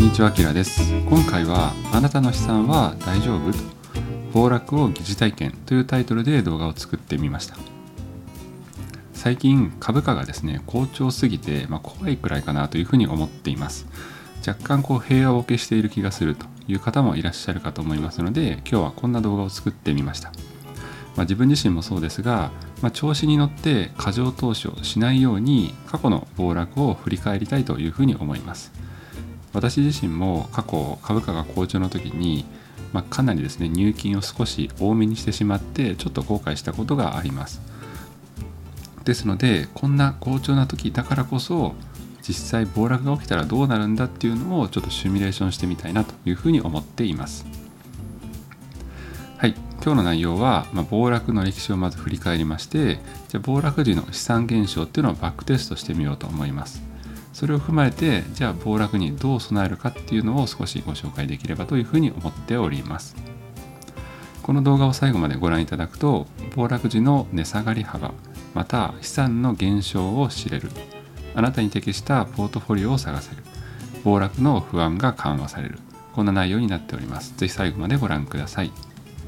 にちは、あきらです。今回はあなたの資産は大丈夫？暴落を疑似体験というタイトルで動画を作ってみました。最近株価がですね、好調すぎて、怖いくらいかなというふうに思っています。若干平和ボケしている気がするという方もいらっしゃるかと思いますので、今日はこんな動画を作ってみました。自分自身もそうですが、調子に乗って過剰投資をしないように過去の暴落を振り返りたいというふうに思います。私自身も過去株価が好調の時に、かなりですね、入金を少し多めにしてしまってちょっと後悔したことがあります。ですので、こんな好調な時だからこそ実際暴落が起きたらどうなるんだっていうのをちょっとシミュレーションしてみたいなというふうに思っています。はい、今日の内容は、暴落の歴史をまず振り返りまして、じゃあ暴落時の資産減少っていうのをバックテストしてみようと思います。それを踏まえて、じゃあ暴落にどう備えるかっていうのを少しご紹介できればというふうに思っております。この動画を最後までご覧いただくと、暴落時の値下がり幅、また資産の減少を知れる、あなたに適したポートフォリオを探せる、暴落の不安が緩和される、こんな内容になっております。ぜひ最後までご覧ください。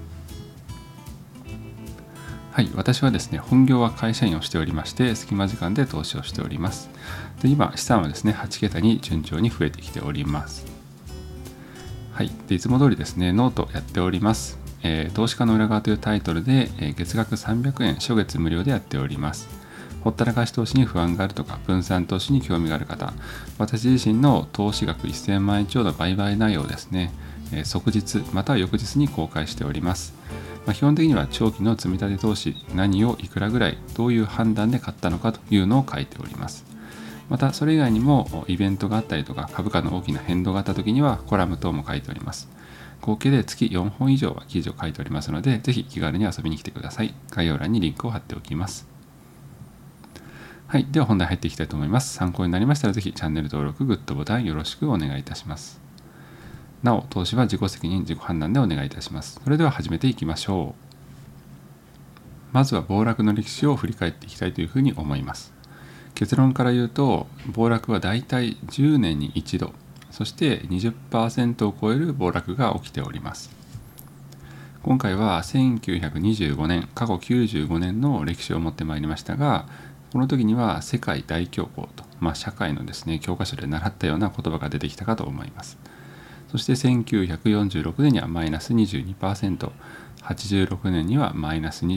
はい、私はですね、本業は会社員をしておりまして、隙間時間で投資をしております。で、今、資産はですね、8桁に順調に増えてきております。はい、でいつも通りですね、ノートやっております。投資家の裏側というタイトルで、月額300円、初月無料でやっております。ほったらかし投資に不安があるとか、分散投資に興味がある方、私自身の投資額1000万円超の売買内容をですね、即日または翌日に公開しております。基本的には長期の積み立て投資、何をいくらぐらい、どういう判断で買ったのかというのを書いております。またそれ以外にもイベントがあったりとか、株価の大きな変動があった時にはコラム等も書いております。合計で月4本以上は記事を書いておりますので、ぜひ気軽に遊びに来てください。概要欄にリンクを貼っておきます。はい、では本題入っていきたいと思います。参考になりましたらぜひチャンネル登録、グッドボタンよろしくお願いいたします。なお、投資は自己責任、自己判断でお願いいたします。それでは始めていきましょう。まずは暴落の歴史を振り返っていきたいというふうに思います。結論から言うと、暴落はだいたい10年に一度、そして 20% を超える暴落が起きております。今回は1925年、過去95年の歴史を持ってまいりましたが、この時には世界大恐慌と、社会のですね、教科書で習ったような言葉が出てきたかと思います。そして1946年にはマイナス 22%、86年にはマイナス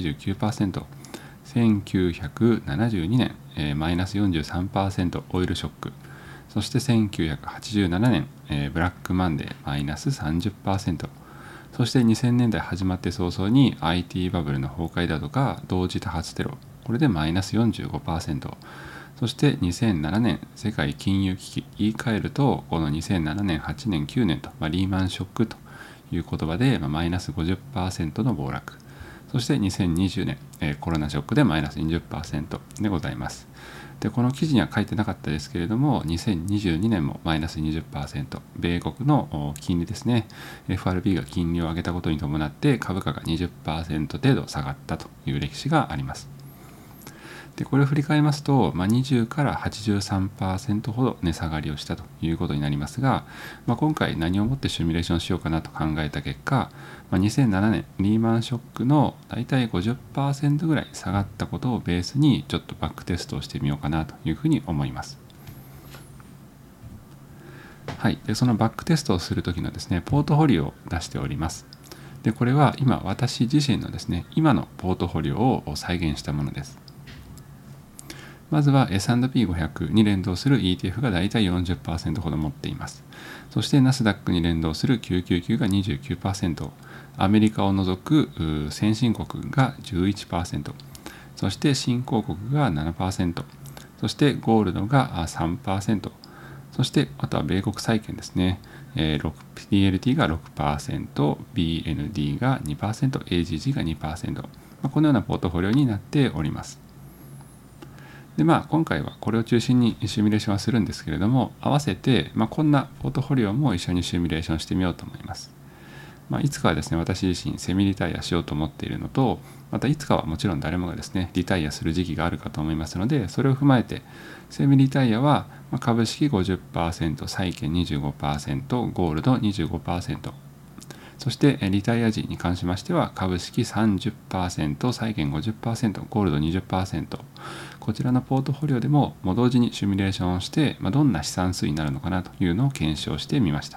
29%、1972年、マイナス 43% オイルショック、そして1987年、ブラックマンデーマイナス 30%、そして2000年代始まって早々に IT バブルの崩壊だとか同時多発テロ、これでマイナス 45%、そして2007年世界金融危機、言い換えるとこの2007年、8年、9年と、リーマンショックという言葉で、マイナス 50% の暴落、そして2020年、コロナショックでマイナス 20% でございます。で、この記事には書いてなかったですけれども、2022年もマイナス 20%、米国の金利ですね、FRB が金利を上げたことに伴って株価が 20% 程度下がったという歴史があります。で、これを振り返りますと、20から 83% ほど値下がりをしたということになりますが、今回何をもってシミュレーションしようかなと考えた結果、2007年リーマンショックのだいたい 50% ぐらい下がったことをベースにちょっとバックテストをしてみようかなというふうに思います。はい、でそのバックテストをするときのですね、ポートフォリオを出しております。で、これは今私自身のですね、今のポートフォリオを再現したものです。まずは S&P500 に連動する ETF がだいたい 40% ほど持っています。そしてナスダックに連動する999が 29%、アメリカを除く先進国が 11%、そして新興国が 7%、そしてゴールドが 3%、そしてあとは米国債券ですね。PLT が 6%、BND が 2%、AGG が 2%、このようなポートフォリオになっております。で、今回はこれを中心にシミュレーションはするんですけれども、合わせて、こんなポートフォリオも一緒にシミュレーションしてみようと思います。 いつかはですね、私自身セミリタイアしようと思っているのと、またいつかはもちろん誰もがですね、リタイアする時期があるかと思いますので、それを踏まえて、セミリタイアは株式 50%、債券 25%、ゴールド 25%、そしてリタイア時に関しましては株式 30%、債券 50%、ゴールド 20%、こちらのポートフォリオでも同時にシミュレーションをして、どんな資産推移になるのかなというのを検証してみました。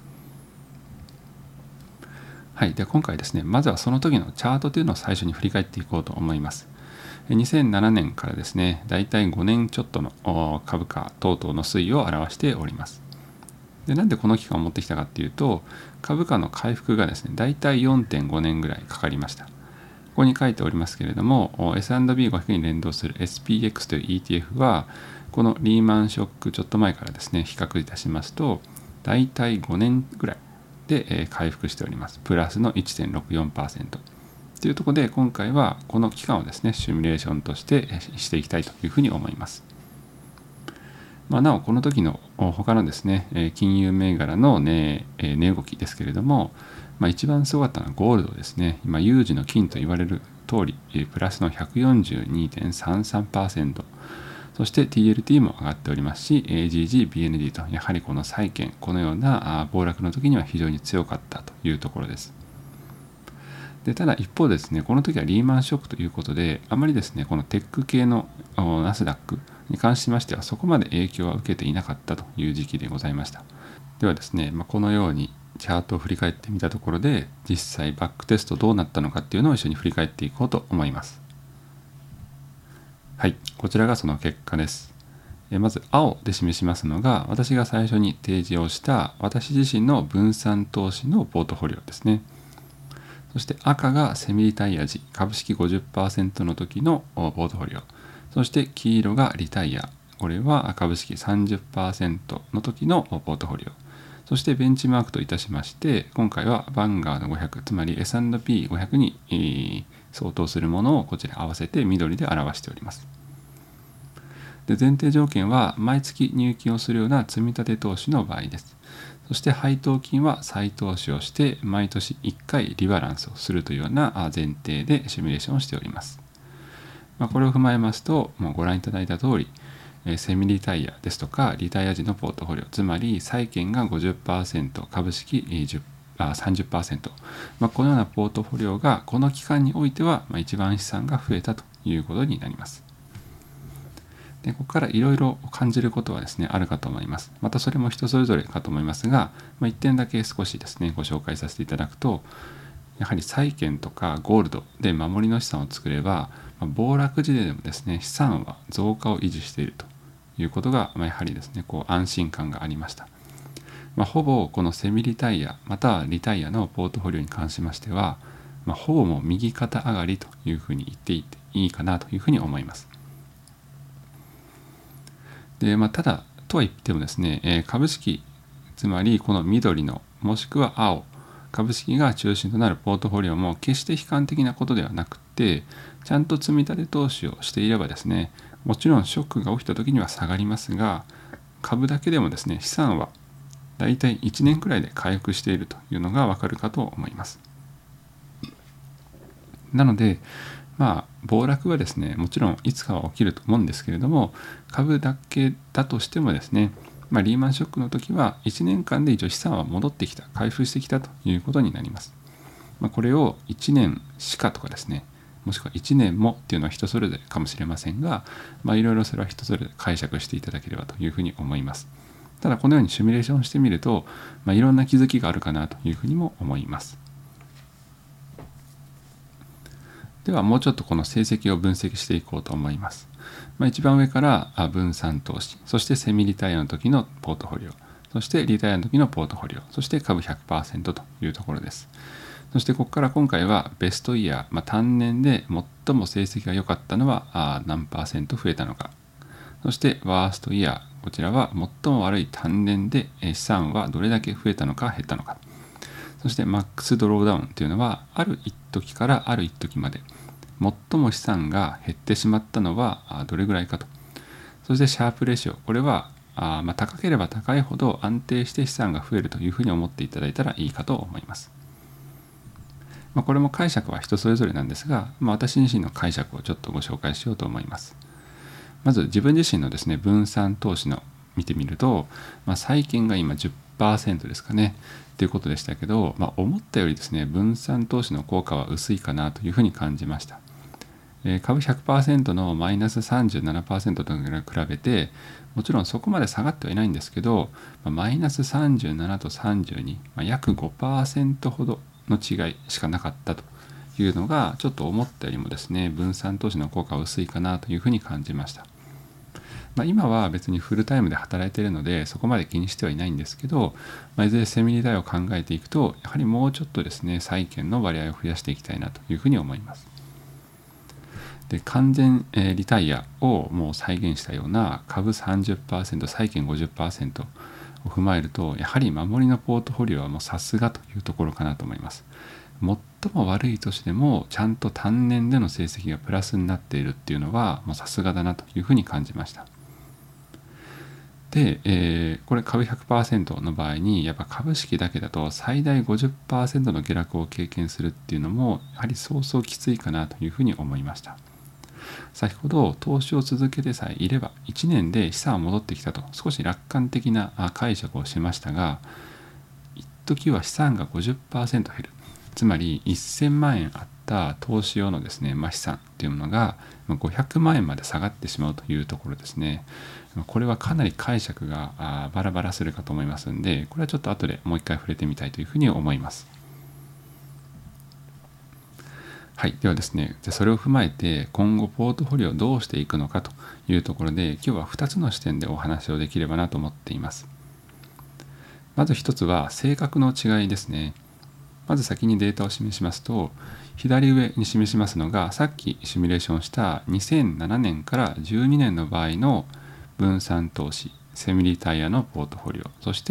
はい、で今回ですね、まずはその時のチャートというのを最初に振り返っていこうと思います。2007年からですね、だいたい5年ちょっとの株価等々の推移を表しております。でなんでこの期間を持ってきたかっていうと、株価の回復がですね、だいたい 4.5 年ぐらいかかりました。ここに書いておりますけれども、S&P500 に連動する SPX という ETF は、このリーマンショックちょっと前からですね、比較いたしますと、だいたい5年ぐらいで回復しております。プラスの 1.64%。というところで、今回はこの期間をですね、シミュレーションとしてしていきたいというふうに思います。なお、この時の他のですね、金融銘柄の値動きですけれども、一番すごかったのはゴールドですね。今、有事の金と言われる通り、プラスの 142.33%。そして TLT も上がっておりますし、AGG、BND とやはりこの債券、このような暴落の時には非常に強かったというところです。でただ一方ですね、この時はリーマンショックということで、あまりですね、このテック系のナスダックに関しましてはそこまで影響は受けていなかったという時期でございました。ではですね、このようにチャートを振り返ってみたところで、実際バックテストどうなったのかっていうのを一緒に振り返っていこうと思います。はい、こちらがその結果です。まず青で示しますのが、私が最初に提示をした私自身の分散投資のポートフォリオですね。そして赤がセミリタイア時、株式 50% の時のポートフォリオ。そして黄色がリタイア。これは株式 30% の時のポートフォリオ。そしてベンチマークといたしまして、今回はバンガード500、つまり S&P500 に相当するものをこちら合わせて緑で表しております。で前提条件は毎月入金をするような積立投資の場合です。そして配当金は再投資をして毎年1回リバランスをするというような前提でシミュレーションをしております。これを踏まえますと、ご覧いただいた通り、セミリタイアですとかリタイア時のポートフォリオ、つまり債券が 50%、株式30%、このようなポートフォリオがこの期間においては一番資産が増えたということになります。でここからいろいろ感じることはですね、あるかと思います。またそれも人それぞれかと思いますが、1点だけ少しですね、ご紹介させていただくと、やはり債券とかゴールドで守りの資産を作れば、暴落時でもですね、資産は増加を維持しているということが、やはりですね、安心感がありました。ほぼこのセミリタイアまたはリタイアのポートフォリオに関しましては、ほぼもう右肩上がりというふうに言っていていいかなというふうに思います。でただとは言ってもですね、株式、つまりこの緑のもしくは青、株式が中心となるポートフォリオも決して悲観的なことではなくて、ちゃんと積み立て投資をしていればですね、もちろんショックが起きた時には下がりますが、株だけでもですね、資産はだいたい1年くらいで回復しているというのがわかるかと思います。なので暴落はですね、もちろんいつかは起きると思うんですけれども、株だけだとしてもですね、リーマンショックの時は1年間で一応資産は戻ってきた、回復してきたということになります。これを1年しかとかですね、もしくは1年もっていうのは人それぞれかもしれませんが、いろいろそれは人それぞれ解釈していただければというふうに思います。ただこのようにシミュレーションしてみると、いろんな気づきがあるかなというふうにも思います。ではもうちょっとこの成績を分析していこうと思います。一番上から分散投資、そしてセミリタイアの時のポートフォリオ、そしてリタイアの時のポートフォリオ、そして株 100% というところです。そしてここから今回はベストイヤー、単年で最も成績が良かったのは何%増えたのか、そしてワーストイヤー、こちらは最も悪い単年で資産はどれだけ増えたのか減ったのか、そしてマックスドローダウンというのはある一時からある一時まで最も資産が減ってしまったのはどれぐらいかと。そしてシャープレシオ、これは高ければ高いほど安定して資産が増えるというふうに思っていただいたらいいかと思います。 これも解釈は人それぞれなんですが、私自身の解釈をちょっとご紹介しようと思います。まず自分自身のですね、分散投資の見てみると、債券が今 10% ですかねということでしたけど、思ったよりですね、分散投資の効果は薄いかなというふうに感じました。株 100% のマイナス 37% と比べて、もちろんそこまで下がってはいないんですけど、マイナス37と32、約 5% ほどの違いしかなかったというのが、ちょっと思ったよりもですね、分散投資の効果は薄いかなというふうに感じました。今は別にフルタイムで働いているのでそこまで気にしてはいないんですけど、いずれセミリタイヤを考えていくと、やはりもうちょっとですね、債券の割合を増やしていきたいなというふうに思います。で、完全リタイアをもう再現したような株 30%、債券 50% を踏まえると、やはり守りのポートフォリオはもうさすがというところかなと思います。最も悪い年でもちゃんと単年での成績がプラスになっているっていうのはもうさすがだなというふうに感じました。で、これ株 100% の場合にやっぱ株式だけだと最大 50% の下落を経験するっていうのもやはりそうそうきついかなというふうに思いました。先ほど投資を続けてさえいれば1年で資産は戻ってきたと少し楽観的な解釈をしましたが、一時は資産が 50% 減る、つまり1000万円あった投資用のですね、資産っていうものが500万円まで下がってしまうというところですね。これはかなり解釈がバラバラするかと思いますので、これはちょっと後でもう一回触れてみたいというふうに思います。はい、ではですね、それを踏まえて今後ポートフォリオをどうしていくのかというところで、今日は2つの視点でお話をできればなと思っています。まず1つは性格の違いですね。まず先にデータを示しますと、左上に示しますのがさっきシミュレーションした2007年から12年の場合の分散投資、セミリタイヤのポートフォリオ、そして、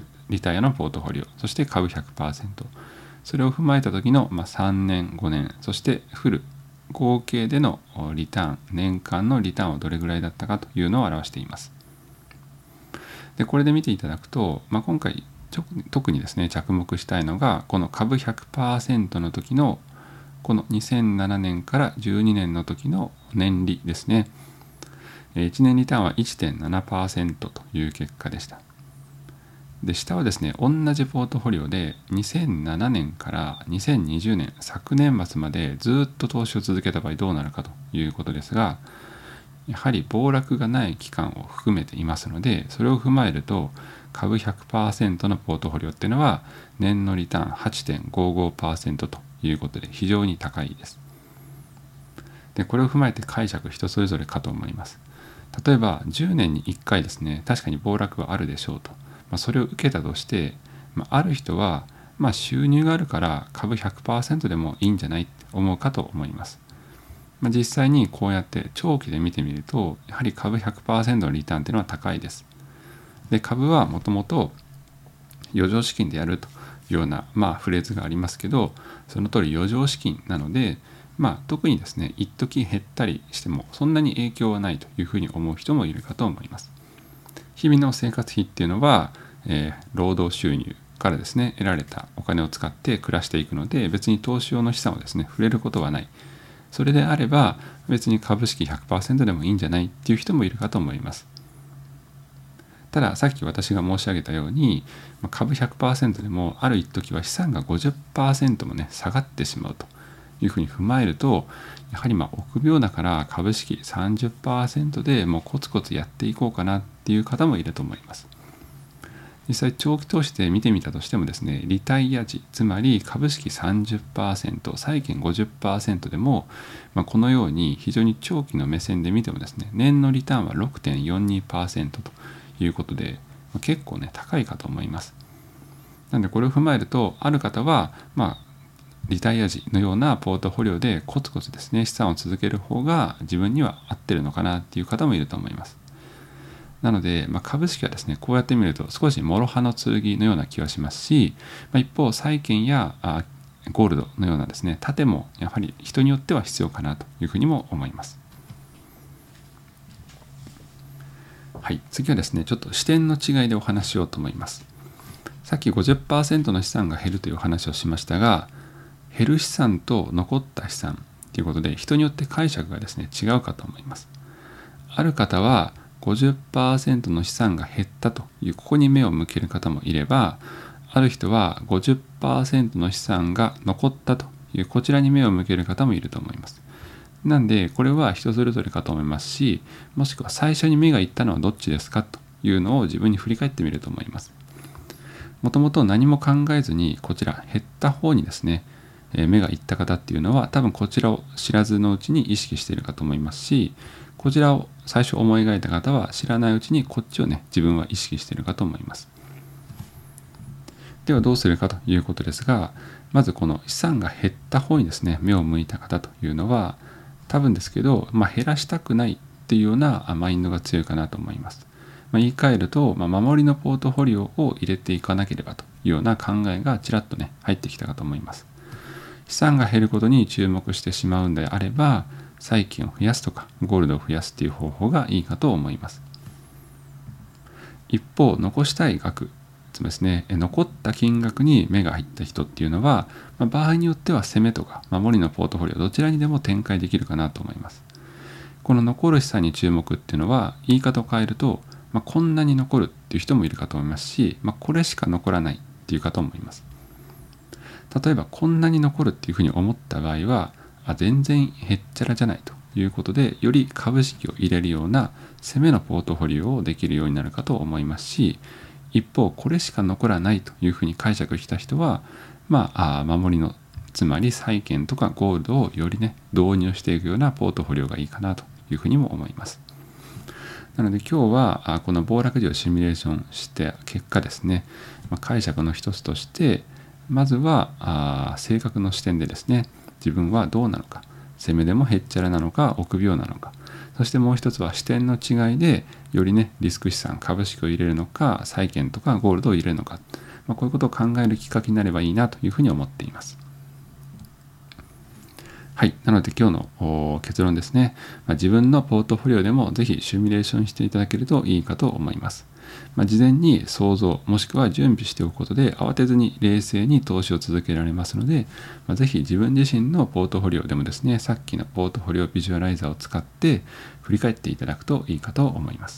リタイヤのポートフォリオ、そして株 100%、それを踏まえた時の、3年、5年、そしてフル、合計でのリターン、年間のリターンはどれぐらいだったかというのを表しています。で、これで見ていただくと、今回特にですね、着目したいのが、この株 100% の時の、この2007年から12年の時の年利ですね。1年リターンは 1.7% という結果でした。で、下はですね、同じポートフォリオで2007年から2020年、昨年末までずっと投資を続けた場合どうなるかということですが、やはり暴落がない期間を含めていますので、それを踏まえると株 100% のポートフォリオっていうのは年のリターン 8.55% ということで非常に高いです。で、これを踏まえて解釈人それぞれかと思います。例えば10年に1回ですね、確かに暴落はあるでしょうと。それを受けたとして、ある人は収入があるから株 100% でもいいんじゃないって思うかと思います。実際にこうやって長期で見てみると、やはり株 100% のリターンというのは高いです。で、株はもともと余剰資金でやるというような、フレーズがありますけど、その通り余剰資金なので、特にですね、一時減ったりしてもそんなに影響はないというふうに思う人もいるかと思います。日々の生活費っていうのは、労働収入からですね、得られたお金を使って暮らしていくので、別に投資用の資産をですね、触れることはない。それであれば別に株式 100% でもいいんじゃないっていう人もいるかと思います。たださっき私が申し上げたように、株 100% でもある一時は資産が 50% もね下がってしまうというふうに踏まえると、やはり臆病だから株式 30% でもうコツコツやっていこうかなっていう方もいると思います。実際長期投資で見てみたとしてもですね、リタイア時、つまり株式 30%、債券 50% でも、このように非常に長期の目線で見てもですね、年のリターンは 6.42% ということで、結構ね高いかと思います。なのでこれを踏まえると、ある方はリタイア時のようなポートフォリオでコツコツですね資産を続ける方が自分には合ってるのかなっていう方もいると思います。なので、株式はですね、こうやって見ると少し諸刃の剣のような気はしますし、一方債券やゴールドのようなですね盾もやはり人によっては必要かなというふうにも思います。はい、次はですね、ちょっと視点の違いでお話ししようと思います。さっき 50% の資産が減るというお話をしましたが、 減る資産と残った資産ということで、人によって解釈がですね違うかと思います。ある方は 50% の資産が減ったというここに目を向ける方もいれば、ある人は 50% の資産が残ったというこちらに目を向ける方もいると思います。なんでこれは人それぞれかと思いますし、もしくは最初に目がいったのはどっちですかというのを自分に振り返ってみると思います。もともと何も考えずにこちら減った方にですね目がいった方っていうのは、多分こちらを知らずのうちに意識しているかと思いますし、こちらを最初思い描いた方は知らないうちにこっちをね自分は意識しているかと思います。ではどうするかということですが、まずこの資産が減った方にですね目を向いた方というのは、多分ですけど、減らしたくないっていうようなマインドが強いかなと思います。言い換えると、守りのポートフォリオを入れていかなければというような考えがちらっとね入ってきたかと思います。資産が減ることに注目してしまうんであれば、債券を増やすとかゴールドを増やすという方法がいいかと思います。一方、残したい額、つまりですね、残った金額に目が入った人っていうのは、場合によっては攻めとか守りのポートフォリオどちらにでも展開できるかなと思います。この残る資産に注目っていうのは、言い方を変えると、こんなに残るっていう人もいるかと思いますし、これしか残らないっていう方もいます。例えばこんなに残るっていうふうに思った場合は、全然へっちゃらじゃないということで、より株式を入れるような攻めのポートフォリオをできるようになるかと思いますし、一方これしか残らないというふうに解釈した人は、守りのつまり債券とかゴールドをよりね導入していくようなポートフォリオがいいかなというふうにも思います。なので今日はこの暴落時をシミュレーションした結果ですね、解釈の一つとして、まずは性格の視点でですね、自分はどうなのか、攻めでもへっちゃらなのか臆病なのか、そしてもう一つは視点の違いでよりねリスク資産株式を入れるのか債券とかゴールドを入れるのか、こういうことを考えるきっかけになればいいなというふうに思っています。はい、なので今日の結論ですね、自分のポートフォリオでもぜひシミュレーションしていただけるといいかと思います。事前に想像もしくは準備しておくことで慌てずに冷静に投資を続けられますので、ぜひ自分自身のポートフォリオでもですね、さっきのポートフォリオビジュアライザーを使って振り返っていただくといいかと思います。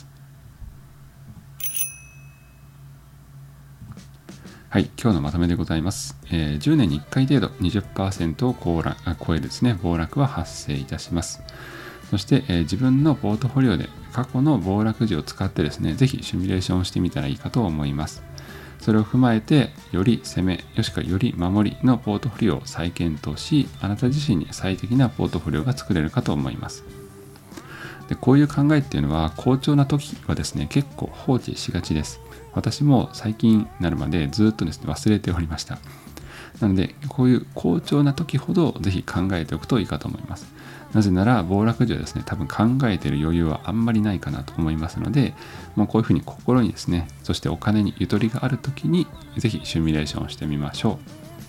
はい、今日のまとめでございます。10年に1回程度 20% を超えるですね、暴落は発生いたします。そして、自分のポートフォリオで過去の暴落時を使ってですね、ぜひシミュレーションをしてみたらいいかと思います。それを踏まえて、より攻め、よしかより守りのポートフォリオを再検討し、あなた自身に最適なポートフォリオが作れるかと思います。でこういう考えっていうのは、好調な時はですね、結構放置しがちです。私も最近になるまでずっとですね、忘れておりました。なので、こういう好調な時ほどぜひ考えておくといいかと思います。なぜなら、暴落時はですね、多分考えている余裕はあんまりないかなと思いますので、もうこういうふうに心にですね、そしてお金にゆとりがある時に、ぜひシミュレーションをしてみましょう。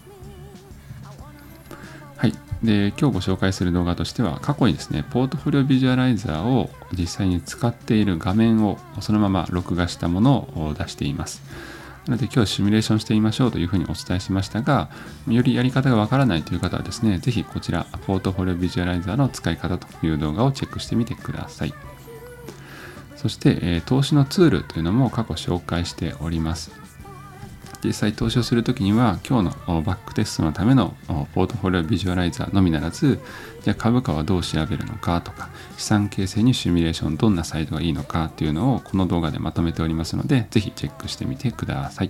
はい。で、今日ご紹介する動画としては、過去にですね、ポートフォリオビジュアライザーを実際に使っている画面をそのまま録画したものを出しています。なので今日シミュレーションしてみましょうというふうにお伝えしましたが、よりやり方がわからないという方はですね、ぜひこちら、ポートフォリオビジュアライザーの使い方という動画をチェックしてみてください。そして、投資のツールというのも過去紹介しております。実際投資をするときには、今日のバックテストのためのポートフォリオビジュアライザーのみならず、じゃあ株価はどう調べるのかとか、資産形成にシミュレーションどんなサイトがいいのかというのをこの動画でまとめておりますので、ぜひチェックしてみてください。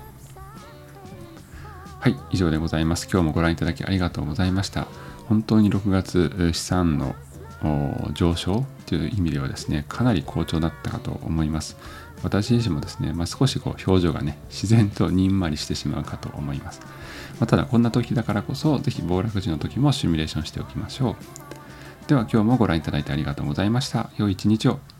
はい、以上でございます。今日もご覧いただきありがとうございました。本当に6月資産の上昇という意味ではですね、かなり好調だったかと思います。私自身もですね、少し表情がね、自然とにんまりしてしまうかと思います。ただこんな時だからこそ、ぜひ暴落時の時もシミュレーションしておきましょう。では今日もご覧いただいてありがとうございました。良い一日を。